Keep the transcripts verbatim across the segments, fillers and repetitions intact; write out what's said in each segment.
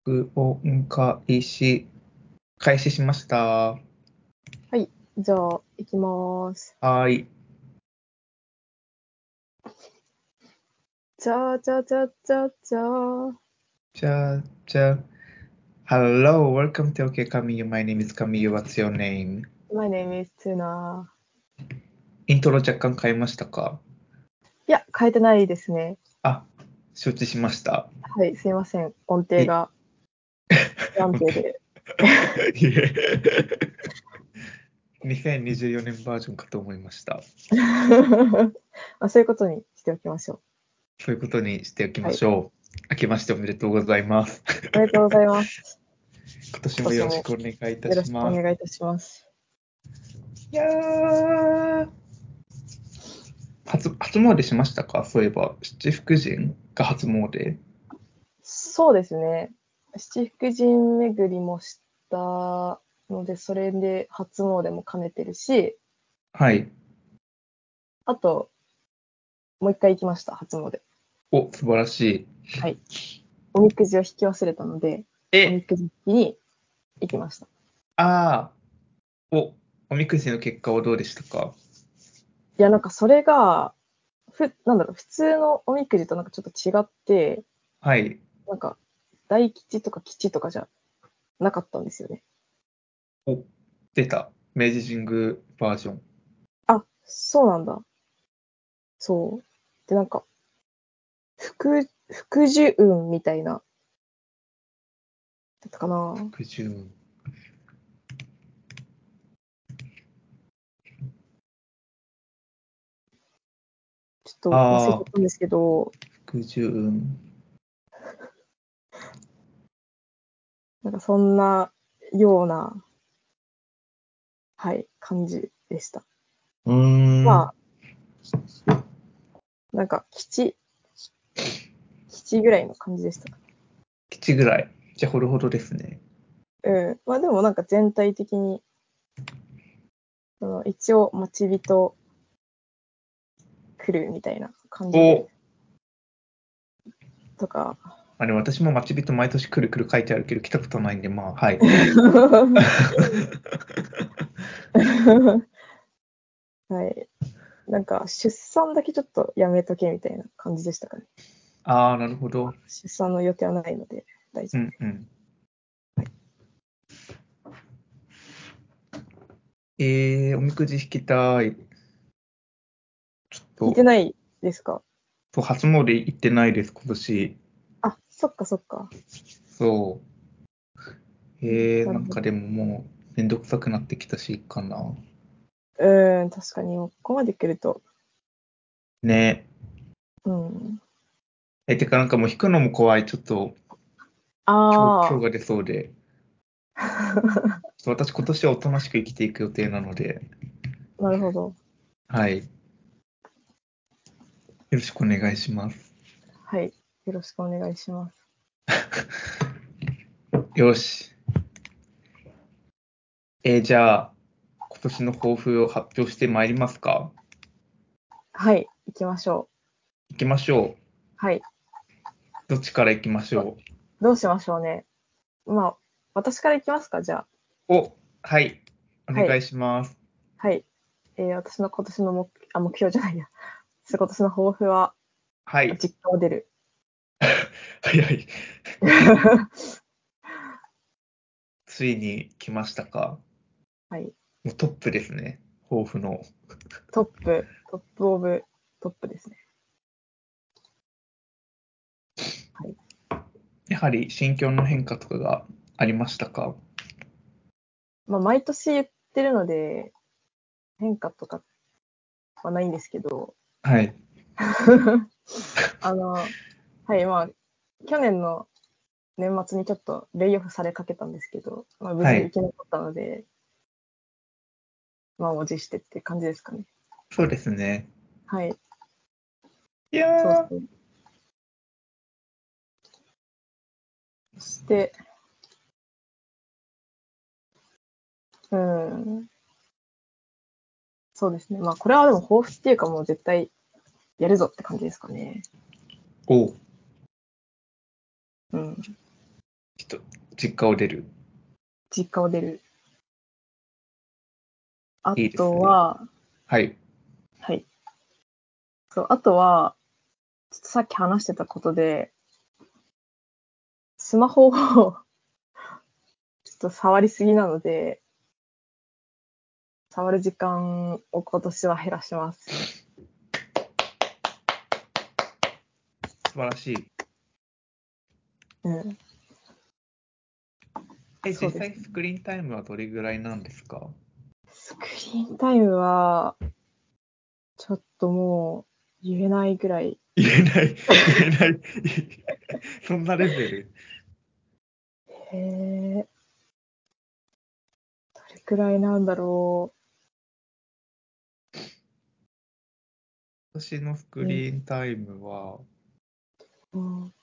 録音開始、開始しました。 はい、じゃあ、行きます。 はーい。 じゃあ、じゃあ、じゃあ、じゃあ、じゃあ。 じゃあ、じゃあ。Hello, welcome to OK Kamiyu. My name is Kamiyu. What's your name? My name is Tuna. イントロ若干変えましたか？ いや、変えてないですね。 あ、承知しました。 はい、すいません。音程が不安定で。 いえにせんにじゅうよねんバージョンかと思いました。 あ、そういうことにしておきましょそういうことにしておきましょう。明けましておめでとうございます。 う。おめでとうございます。 今年もよろしくお願いいたよろしくおします。 願いいたします。 いやー、初、初詣しましたか？そういえば、七福神が初詣。 そうですね。七福神巡りもしたので、それで初詣も兼ねてるし、 はい。 あと、もう一回行きました、初詣。 お、素晴らしはい。おみくじを引き忘れたので、 い。 おみえ、 くじ引きに行きました。 あー、お、おみくじの結果はどうでしたか？ いや、なんかそれが、ふ、なんだろう、普通のおみくじとなんかちょっと違って、 はい。 なんか、大吉とか吉とかじゃなかったんですよね。 お、出た。明治神宮バージョン。 あ、そうなんだ。そう。で、なんか、福、福寿運みたいな、だったかな。 福順。 ちょっと忘れちゃあー、 ったんですけど、 福順。 なんかそんなような、はい、感じでした。 うーん。 まあ、なんか、吉、吉ぐらいの感じでした。 吉ぐらい。じゃあ、ほどほどですね。 うん。まあでもなんか全体的に、その一応待ち人来るみたいな感じで、 お、 とか。 あれ、私も待ち人毎年来る来る書いてあるけど、来たことないんで、まあ、はい。 はい。なんか出産だけちょっとやめとけみたいな感じでしたかね。 あー、なるほど。 出産の予定はないので大丈夫です。 うんうん。 はい、 えー、おみくじ引きたい。ちょっと、 聞いてないですか？ そう初詣行ってないです、今年。 あ、そっかそっか。 そう。えー、 なるほど。 なんかでももう、めんどくさくなってきたし、いいかな。 うーん、確かに、ここまで来ると、 ね。 うん。 え、てかなんかもう引くのも怖い。ちょっと、今日、今あ日が出そうで。 あ、 ちょっと私今年はおとなしく生きていく予定なので、 なるほど。 はい。よろしくお願いします。 はい。よろしくお願いします。 よし。えーじゃあ、今年の抱負を発表してまいりますか？ はい。行きましょ行きましょう。 う。はい。 どっちから行きましょどうしましょうね。まあ、私から行きますか、じゃあ。 う。お、はい。おはい。 願いします。 はい。えー私の今年の目、あ、目標じゃないや。今年の抱負は、 はい。 実家を出る。 早い。ついに来ましたか？ はい。 もうトップですね。抱負の。 トップ、トップオブトップですね。はい。 やはり心境の変化とかがありましたか？ まあ、毎年言ってるので、変化とかはないんですけど、 はい。 あの、はい、まあ、去年の年末にちょっとレイオフされかけたんですけど、まあ、無はい。 事生き残ったので、満を持してって感じですかね。 そうですね。 はい。 いやー、 そうそう。そして、うん、そうですね。まあ、これはでも抱負っていうかもう絶対やるぞって感じですかね。 お、 うん。 ちょっと実家を出る。 実家を出る。あいいですとね。 は、 はい。 はい。そう、あとは、ちょっとさっき話してたことで、スマホをちょっと触りすぎなので、触る時間を今年は減らします。 素晴らしい。 うん。 え、 そうです。 実際スクリーンタイムはどれぐらいなんですか？ スクリーンタイムは、ちょっともう言えないぐらい。 言えない、言えない。そんなレベル。 へえ、どれくらいなんだろ私のスクう。ね、 リーンタイムは、 うん、 う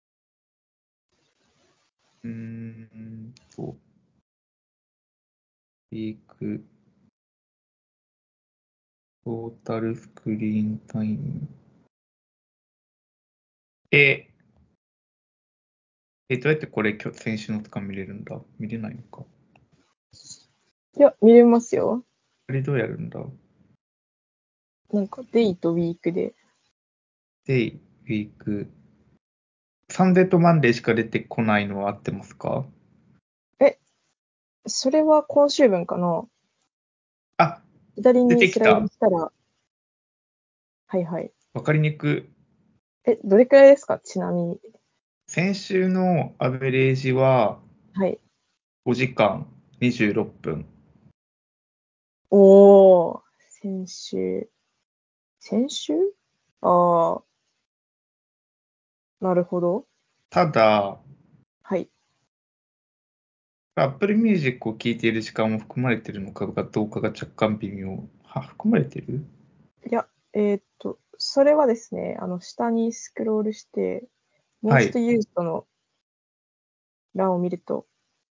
ーんと、ウィーク、トータルスクリーンタイム。え、え、どうやってこれ、今日先週のとか見れるんだ？見れないのか。 いや、見れますよ。 これどうやるんだ？ なんか、デイとウィークで。 デイ、ウィーク。サンデーとマンデーしか出てこないのは合ってますか？ え、それは今週分かな？ あ、 左出にスライドてきた。 したら、はいはい。 わかりにく。 え、どれくらいですかちなみに。 先週のアベレージははい。 ごじかんにじゅうろっぷん。 おー、先週。先週ああ、なるほど。 ただ、 はい。 Apple Music を聴いている時間も含まれているのかどうかが若干微妙。は、含まれてる？ いや、えーっと、それはですね、あの、下にスクロールして、 はい、 Most Used の欄を見ると、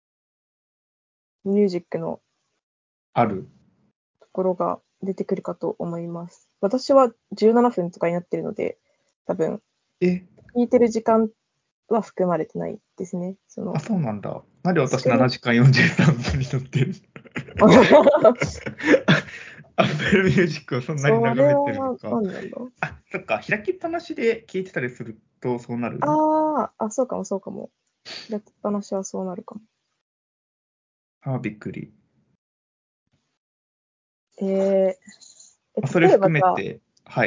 ミュージックのある。 ところが出てくるかと思います。私はじゅうななふんとかになってるので、多分、 え、 聞いてる時間は含まれてないですね。そあ、 の、 そうなんだ。なんで私スクリーン、 ななじかんよんじゅうさんぷんに乗ってる？Apple Music をそんなにそれ眺めてるのはか。 何なんだ？ あ、そっか。開きっぱなしで聞いてたりするとそうなる？ ああ、あ、そうかもそうかも。開きっぱなしはそうなるかも。 あ、びっくり。 えー、え、 それ含例えばじゃあ、 めて、はい。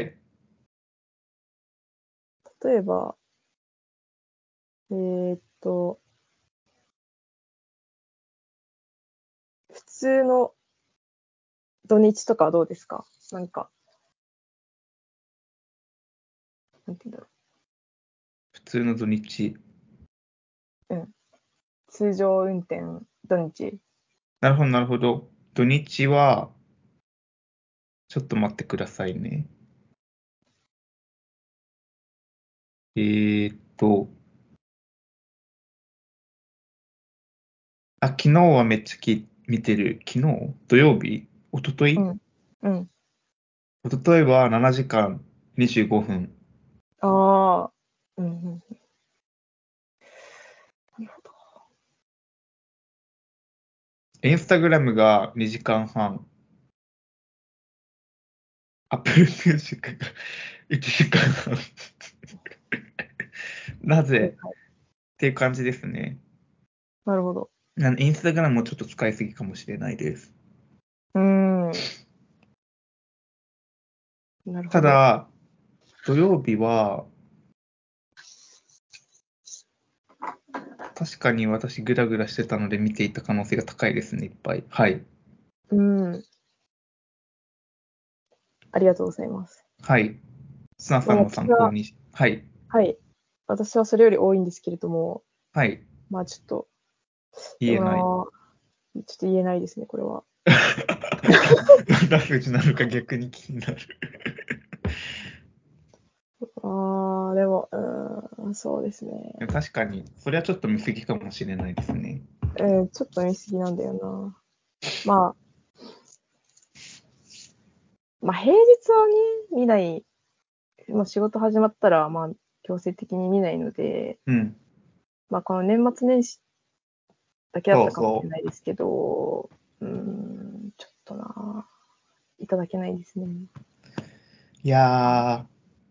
例えば、えーっと、普通の土日とかはどうですか？なんか、なんて言うんだろ普通の土日。 う。うん。通常運転、土日。 なるほど、なるほど。土日は、ちょっと待ってくださいね。えーっと、あ、昨日はめっちゃき見てる。昨日土曜日一昨日うん。うん。 一昨日はななじかんにじゅうごふん。 ああ、うんうん。なるほど。 インスタグラムがにじかんはん。Apple Music がいちじかんはん。なぜはいはい。 っていう感じですね。 なるほど。 なインスタグラムもちょっと使いすぎかもしれないです。 うーん。なるほど。 ただ、土曜日は、確かに私グラグラしてたので見ていた可能性が高いですね、いっぱい。はい。 うーん。ありがとうございます。 はい。砂でもさんも私は、 参考にし、はい。 はい。私はそれより多いんですけれども、 はい。 まあちょっと、で言えない。 もな、ちょっと言えないですね、これは。 どんな数字なのか逆に気になる。 ああ、でも、うーん、そうですね。 確かに、それはちょっと見過ぎかもしれないですね。 うん、ちょっと見過ぎなんだよな。まあ、まあ平日はね、見ない、まあ仕事始まったら、まあ強制的に見ないので、 うん。 まあこの年末年始だけだったかもしそうそう。 れないですけど、うーん、ちょっとな、いただけないですね。 いや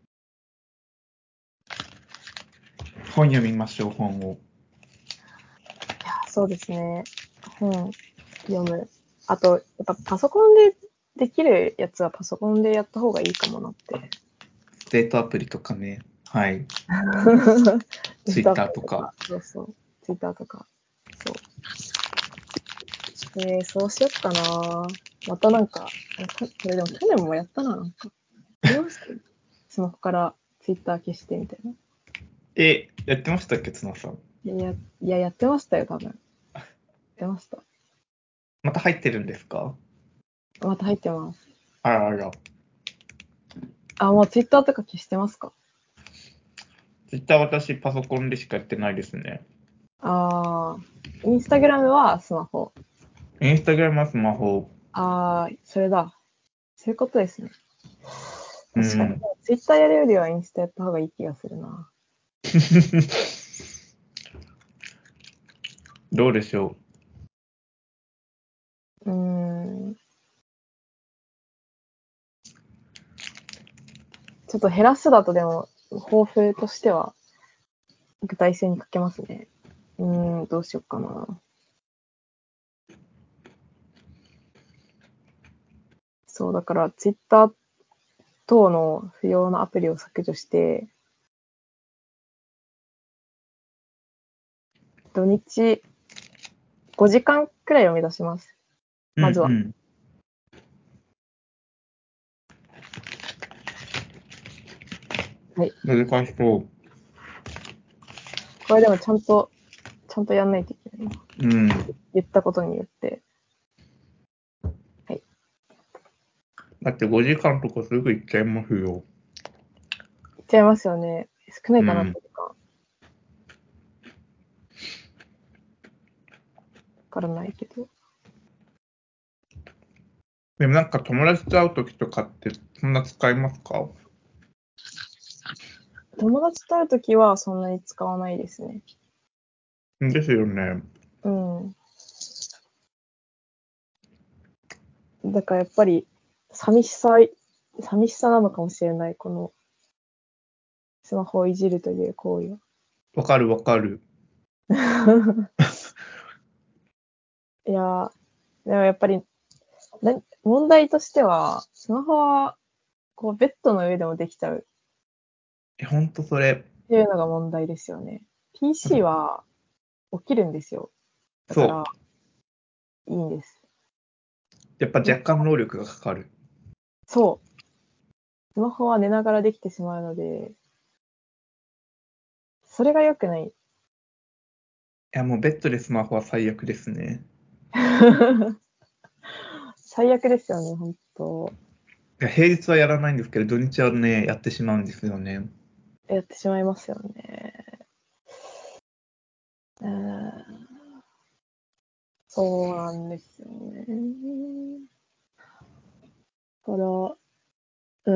ー、本読みましょう、本を。 いや、そうですね。本読む。あと、やっぱパソコンでできるやつはパソコンでやった方がいいかもなって。 デートアプリとかね。はい。ツイッインスタターとか。 とか、そうそう。ツイッターとか。そう。えー、そうしよっかな。またなんか、あたこれでも去年もやったな、なんか。やりましたよ。スマホからツイッター消してみたいな。 え、やってましたっけ、綱さん。 いや、いや、いややってましたよ、多分。やってました。 また入ってるんですか？ また入ってます。 あらあら。 あ、もうツイッターとか消してますか？ ツイッター私パソコンでしかやってないですね。 あー、インスタグラムはスマホ。 インスタグラムはスマホ。 あー、それだ。そういうことですね。確かに。 うん。 ツイッターやるよりはインスタやった方がいい気がするな。 どうでしょうーん。ちょっと減らすだとでも、抱負としては具体性に欠けますね。うーん、どうしよっかな。そう、だからツイッター等の不要なアプリを削除して、土日ごじかんくらいを目指します。 う。うまずは。 んはい。 うん。難しそう。 これでもちゃんと、ちゃんとやんないといけないな。 うん。 言ったことによって。はい。 だってごじかんとかすぐ行っちゃいますよ。 いっちゃいますよね。少ないかな、 うん。 ごじかん。わからないけど。 でもなんか友達と会うときとかってそんな使いますか？ 友達と会うときはそんなに使わないですね。 ですよね。 うん。だからやっぱり、寂しさ、寂しさなのかもしれない。この、スマホをいじるという行為わかるわかる。 は。いやー、でもやっぱり、な問題としては、スマホは、こう、ベッドの上でもできちゃうえ、ほんとそれ。 っていうのが問題ですよね。ピーシー は起きるんですよ。だから、 そう。 いいんです。 やっぱ若干労力がかかる。 そう。スマホは寝ながらできてしまうので、それが良くない。 いや、もうベッドでスマホは最悪ですね。 最悪ですよね、本当。 いや、平日はやらないんですけど、土日はね、やってしまうんですよね。 やってしまいますよね。うーん、そうなんですよね。だから、うん。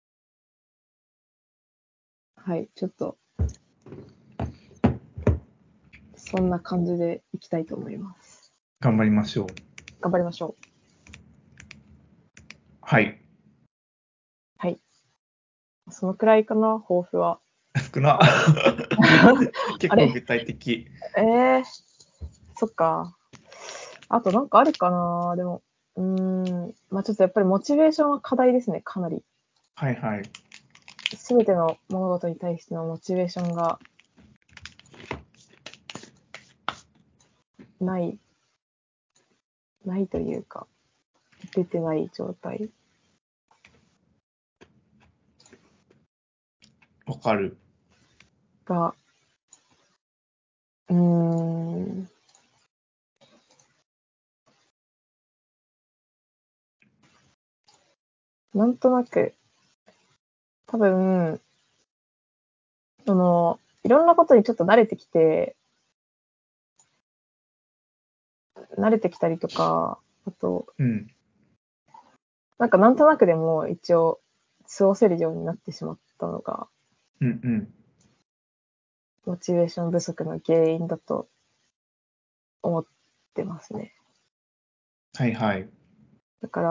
はい、ちょっと、そんな感じでいきたいと思います。 頑張りましょう。 頑張りましょう。 はい。 はい。そのくらいかな、抱負は。 少な。結あれ構具体的。 えー、そっか。あとなんかあるかな、でも。うーん。まあちょっとやっぱりモチベーションは課題ですね、かなり。 はいはい。 すべての物事に対してのモチベーションがない、ないというか、出てない状態わかる。 が、うーん。なんとなく、多分、その、いろんなことにちょっと慣れてきて、慣れてきたりとか、あと、 うん。 なんかなんとなくでも一応過ごせるようになってしまったのが、 うんうん。 モチベーション不足の原因だと思ってますね。 はいはい。 だから、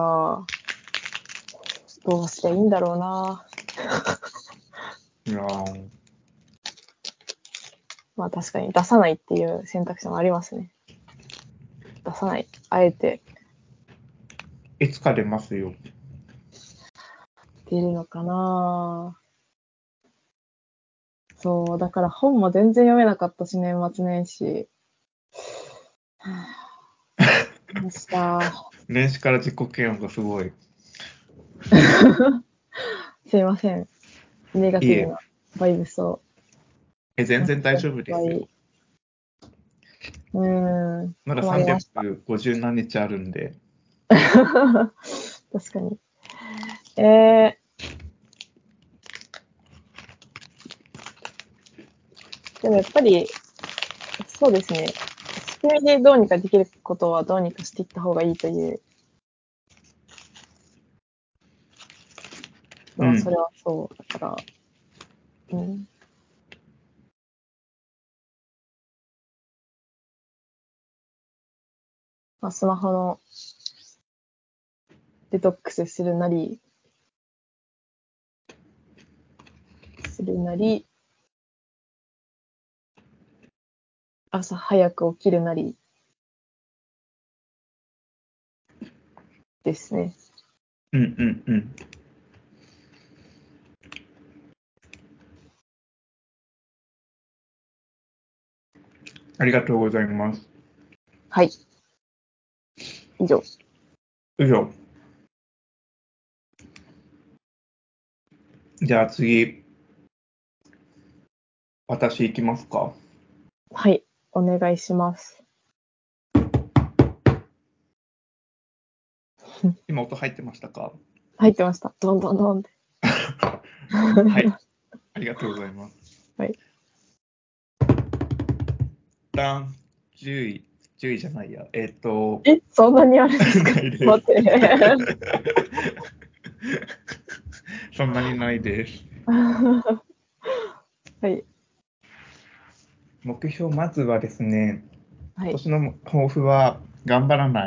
どうしていいんだろうな。 いやーまあ確かに出さないっていう選択肢もありますね。出さない。あえていつか出ますよ。 出るのかな。そう、だから本も全然読めなかったし、年末年始。ました。 年始から自己嫌悪がすごい。 すいません。ネガいえ、 ティブなバイブスを。 え、全然大丈夫ですよ。 うーん、 まだ困りました。 さんびゃくごじゅう何日あるんで。 確かに。えー、でもやっぱり、そうですね。仕組みでどうにかできることはどうにかしていった方がいいというのは、そうん。 れはそうだから、うん。まあ、スマホのデトックスするなり、するなり、朝早く起きるなりですね。 うんうんうん。ありがとうございます。 はい。以上。 以上。じゃあ次、私行きますか。 はい。お願いします。 今音入ってましたか？ 入ってました。どんどんどんって。 はい。ありがとうございます。 はい。 ダン、じゅうい、じゅういじゃないや。えっ、と、 え、そんなにあるんですか？ ないです。 待って。 そんなにないです。 はい。 目標、まずはですね、 はい。 今年の抱負は頑張らない。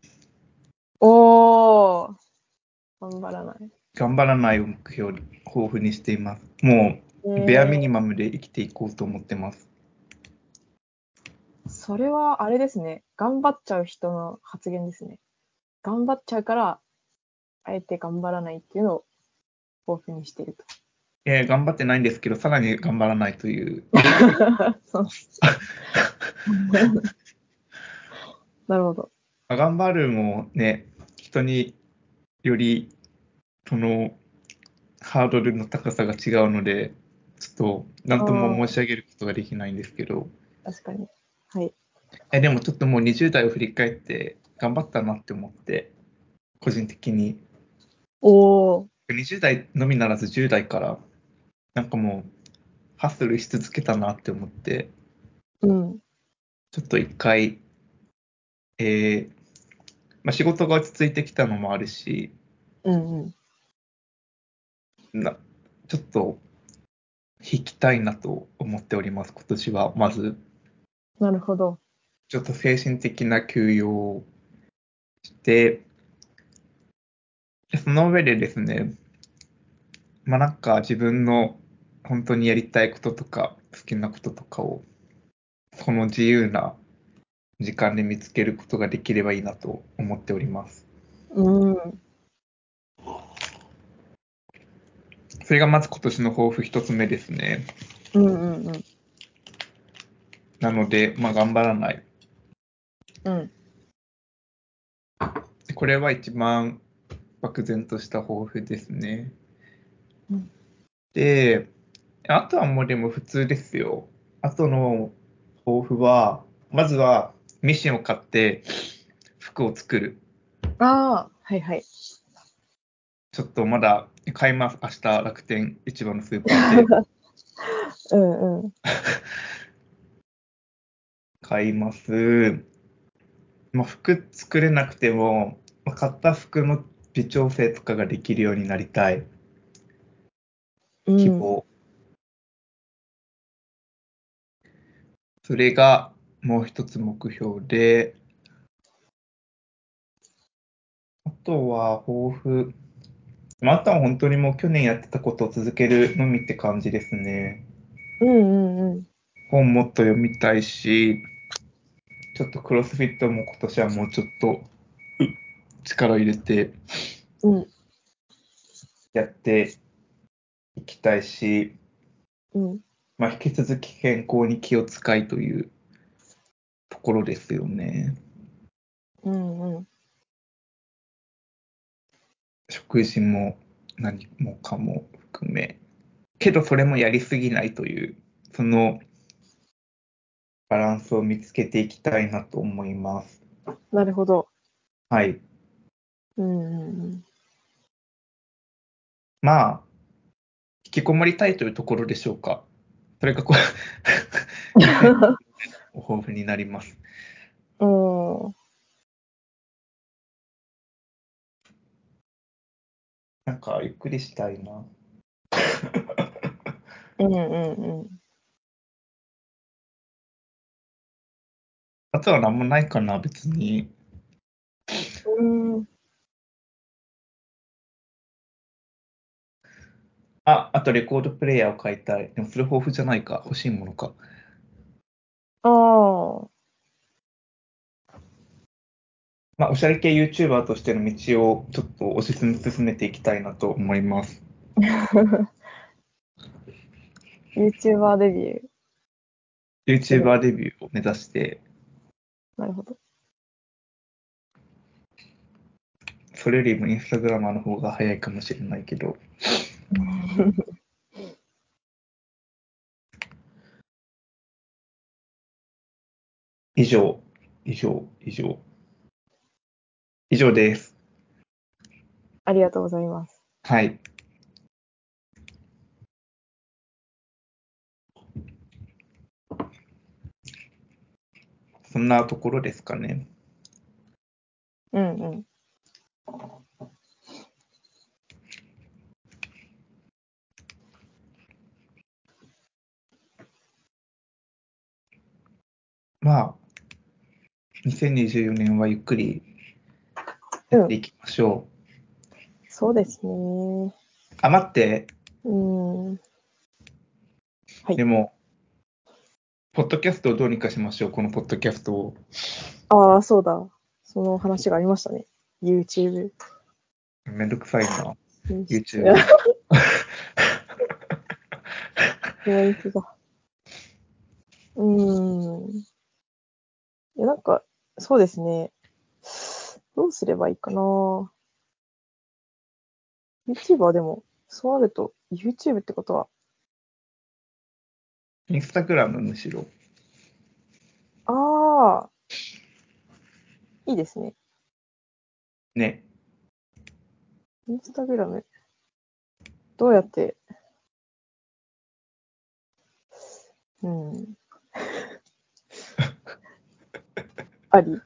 おー。頑張らない。 頑張らないを目標に、抱負にしています。もう、ベアミニえマムで生きていこうと思ってます。 ー、それはあれですね。頑張っちゃう人の発言ですね。頑張っちゃうから、あえて頑張らないっていうのを抱負にしていると。 えー頑張ってないんですけど、さらに頑張らないという。 そうなるほど。 頑張るもね、人によりそのハードルの高さが違うので、ちょっと何とも申しああ、 上げることができないんですけど、 確かに。はい。 えでもちょっともうにじゅう代を振り返って頑張ったなって思って、個人的に。 おー。 にじゅう代のみならずじゅう代からなんかもうハッスルし続けたなって思って、 うん。 ちょっと一回、えーまあ、仕事が落ち着いてきたのもあるし、 うんうん。 なちょっと弾きたいなと思っております、今年は。まず、 なるほど。 ちょっと精神的な休養をして、でその上でですね、まあなんか自分の本当にやりたいこととか好きなこととかをこの自由な時間で見つけることができればいいなと思っております。 うん。 それがまず今年の抱負一つ目ですね。 うんうんうん。 なので、まあ頑張らない。 うん。 これは一番漠然とした抱負ですね。 うん。 で、あとはもうでも普通ですよ。あとの抱負は、まずはミシンを買って服を作る。 ああ、はいはい。 ちょっとまだ買います。明日楽天市場のスーパーでうんうん。 買います。まあ、服作れなくても、まあ買った服の微調整とかができるようになりたい。 うん。 希望。それがもう一つ目標で、あとは抱負、まあ、あとは本当にもう去年やってたことを続けるのみって感じですね。 うんうんうん。 本もっと読みたいし、ちょっとクロスフィットも今年はもうちょっとう力を入れてうんやっていきたいし、 うんまあ、引き続き健康に気を使いというところですよね。 うんうん。 食事も何もかも含め。けどそれもやりすぎないという、そのバランスを見つけていきたいなと思います。 なるほど。 はい。 うんうんまあ、引きこもりたいというところでしょうか。それがこうにせんお抱負になります。 うん。うんなんか、ゆっくりしたいな。 うんうんあとは何もないかな、別に。 うん。うん。 あ、あとレコードプレイヤーを買いたい。でもそれ豊富じゃないか。欲しいものか。 ああ。 まあ、おしゃれ系 YouTuber としての道をちょっと推し進めていきたいなと思います。 YouTuber デビューする。 YouTuber デビューを目指して、 なるほど。 それよりもインスタグラマーの方が早いかもしれないけど、以上、以上、以上、以上です。 ありがとうございます。 はい。そんなところですかね。 うんうん。 まあ、にせんにじゅうよねんはゆっくりうん。 やっていきましょそうですね。 う。あ、待って、 うん。はい。 でも、ポッドキャストをどうにかしましょう、このポッドキャストを。 ああ、そうだ。その話がありましたね。YouTube めんどくさいな、 にして。 YouTube。 教育が。うーん。いや、なんか、そうですね。どうすればいいかな。YouTuber でも、そうなると、YouTube ってことは、 インスタグラムむしろ。 ああ、いいですね。 ね。 インスタグラム、どうやって、うん、あり、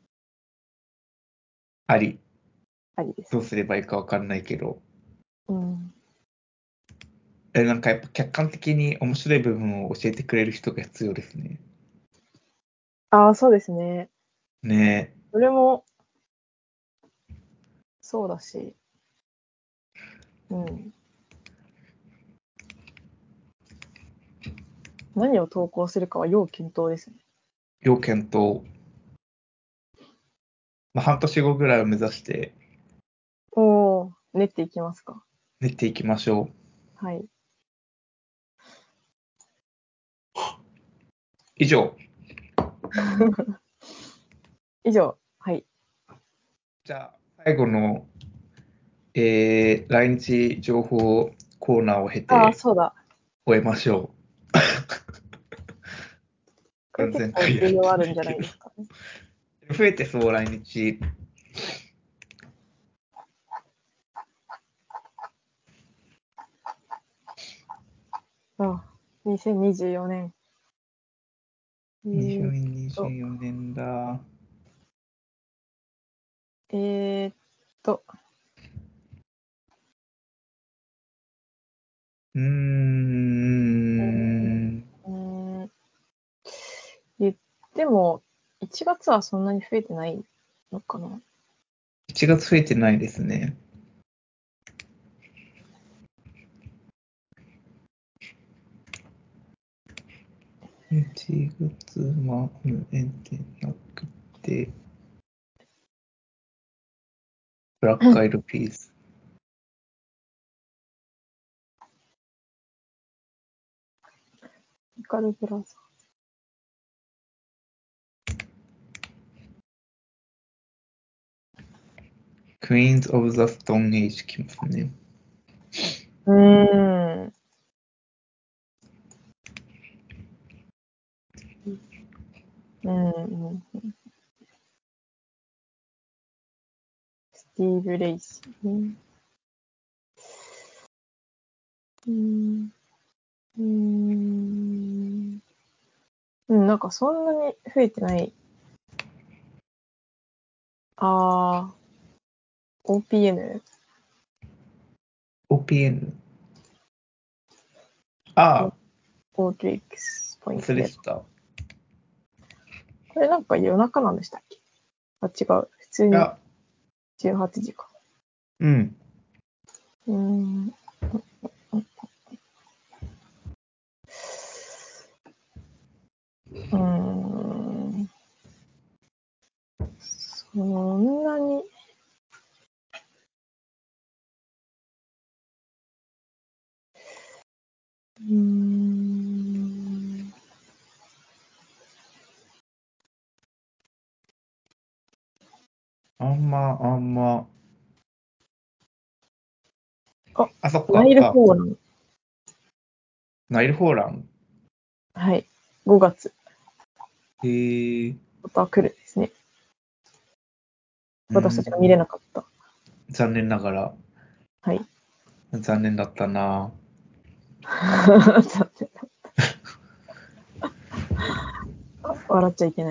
あり。 ありですね。 どうすればいいかわかんないけど。 うん。 え、なんかやっぱ客観的に面白い部分を教えてくれる人が必要ですね。 ああ、そうですね。 ねそれも、そうだし、うん。何を投稿するかは要検討ですね。 え、要検討。まあ、半年後ぐらいを目指しておー、練っていきますか。 練っていきましょう。 はい。 以上。 以上、はい。 じゃあ、最後の、えー来日情報コーナーを経ああ、 てそうだ。 終えましょう。 これ結何千回やっ構重要あるんじゃなてないけど。 いですかね。 増えてそう、来日。 ああ、にせんにじゅうよねん。えーっ 2024 と、 年だ。 えーっと、 うーうん。 ーん、言っでも、いちがつはそんなに増えてないのかな。 いちがつ増えてないですね。いちがつは増えてなくて、ブラックアイドピース。 ミカルブラザクイーンズ・オブ・ザ・ストーン・エイジ来ますね。 ー。うーん。うんうん。スティーブ・レイシーね。うーん。うーん。うん、なんかそんなに増えてない。あー、オーピーエヌ? オーピーエヌ。あオートリックスポあ、 イントで。 忘れてた。 これなんか夜中なんでしたっけ？あ、違う。普通にいや、 じゅうはちじか。 うん。 うーん。うーん。そんなに。うーん。 あんま、あんま。 あ、 あ、そっナイルか。あ、 フォーラン。 ナイル・フォーラン。 はい。ごがつ。 へえ。 また来るんですね。 う私たちが見れん。 なかった。 残念ながら。 はい。 残念だったな。 残念だあ笑っちゃいけない。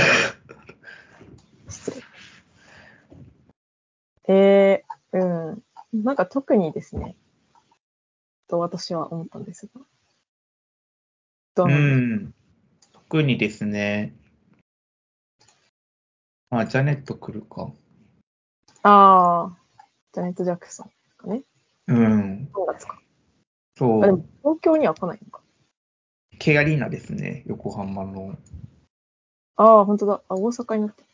失礼。えー、うん。なんか特にですね、と私は思ったんですが、どううなんですか？ ん。特にですね。あ、ジャネット来るか。 ああ、ジャネット・ジャクソンかね。 うん。 さんがつか。あ、でもそう。 東京には来ないのか。 ケアリーナですね。横浜の。 ああ、本当だ。あ、大阪になってる。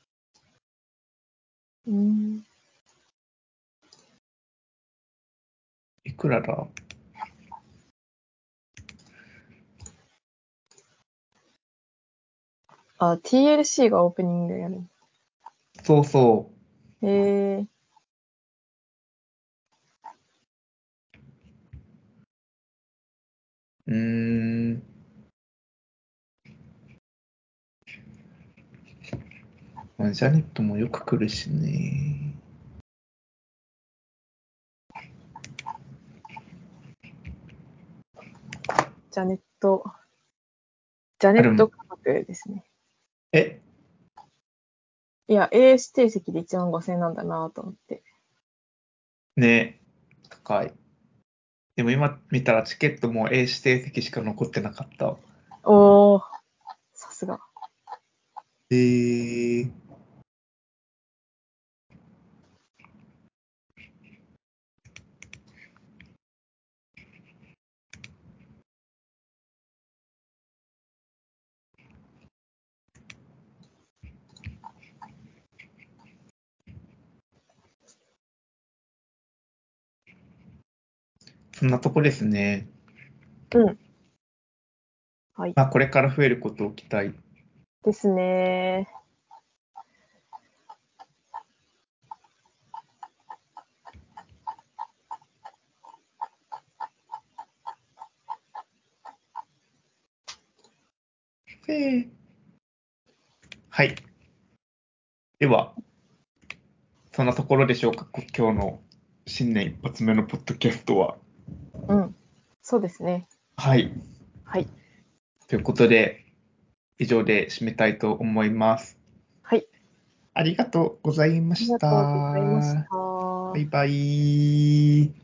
うーん。 いくらだ？ あ、ティーエルシー がオープニングやる。 そうそへえ。 う。うーん。まあ、ジャネットもよく来るしね。 ジャネット、ジャネあ、でも、 ット価格ですね。 えいや、エー 指定席でいちまんごせんえんなんだなと思って。 ね、高い。でも今見たらチケットも A 指定席しか残ってなかった。 おー、さすが。 えー、そんなとこですね。 うん。はい。 まあ、これから増えることを期待。 ですね。 えー、はい。では、そんなところでしょうか、こ今日の新年一発目のポッドキャストは。 うん。そうですね。 はい。 はい。 ということで、以上で締めたいと思います。 はい。 ありがとうございまありした。 がとうございましバた。 イバイ。